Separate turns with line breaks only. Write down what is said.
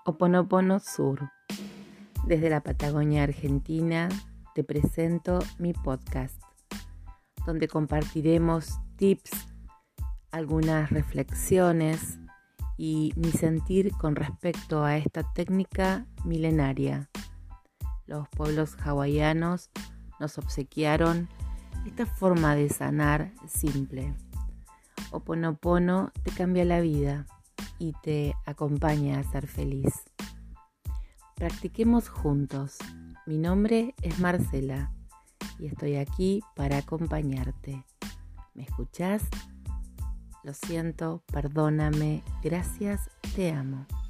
Ho'oponopono Sur. Desde la Patagonia Argentina te presento mi podcast, donde compartiremos tips, algunas reflexiones y mi sentir con respecto a esta técnica milenaria. Los pueblos hawaianos nos obsequiaron esta forma de sanar simple. Ho'oponopono te cambia la vida y te acompaña a ser feliz. Practiquemos juntos. Mi nombre es Marcela y estoy aquí para acompañarte. ¿Me escuchás? Lo siento, perdóname, gracias, te amo.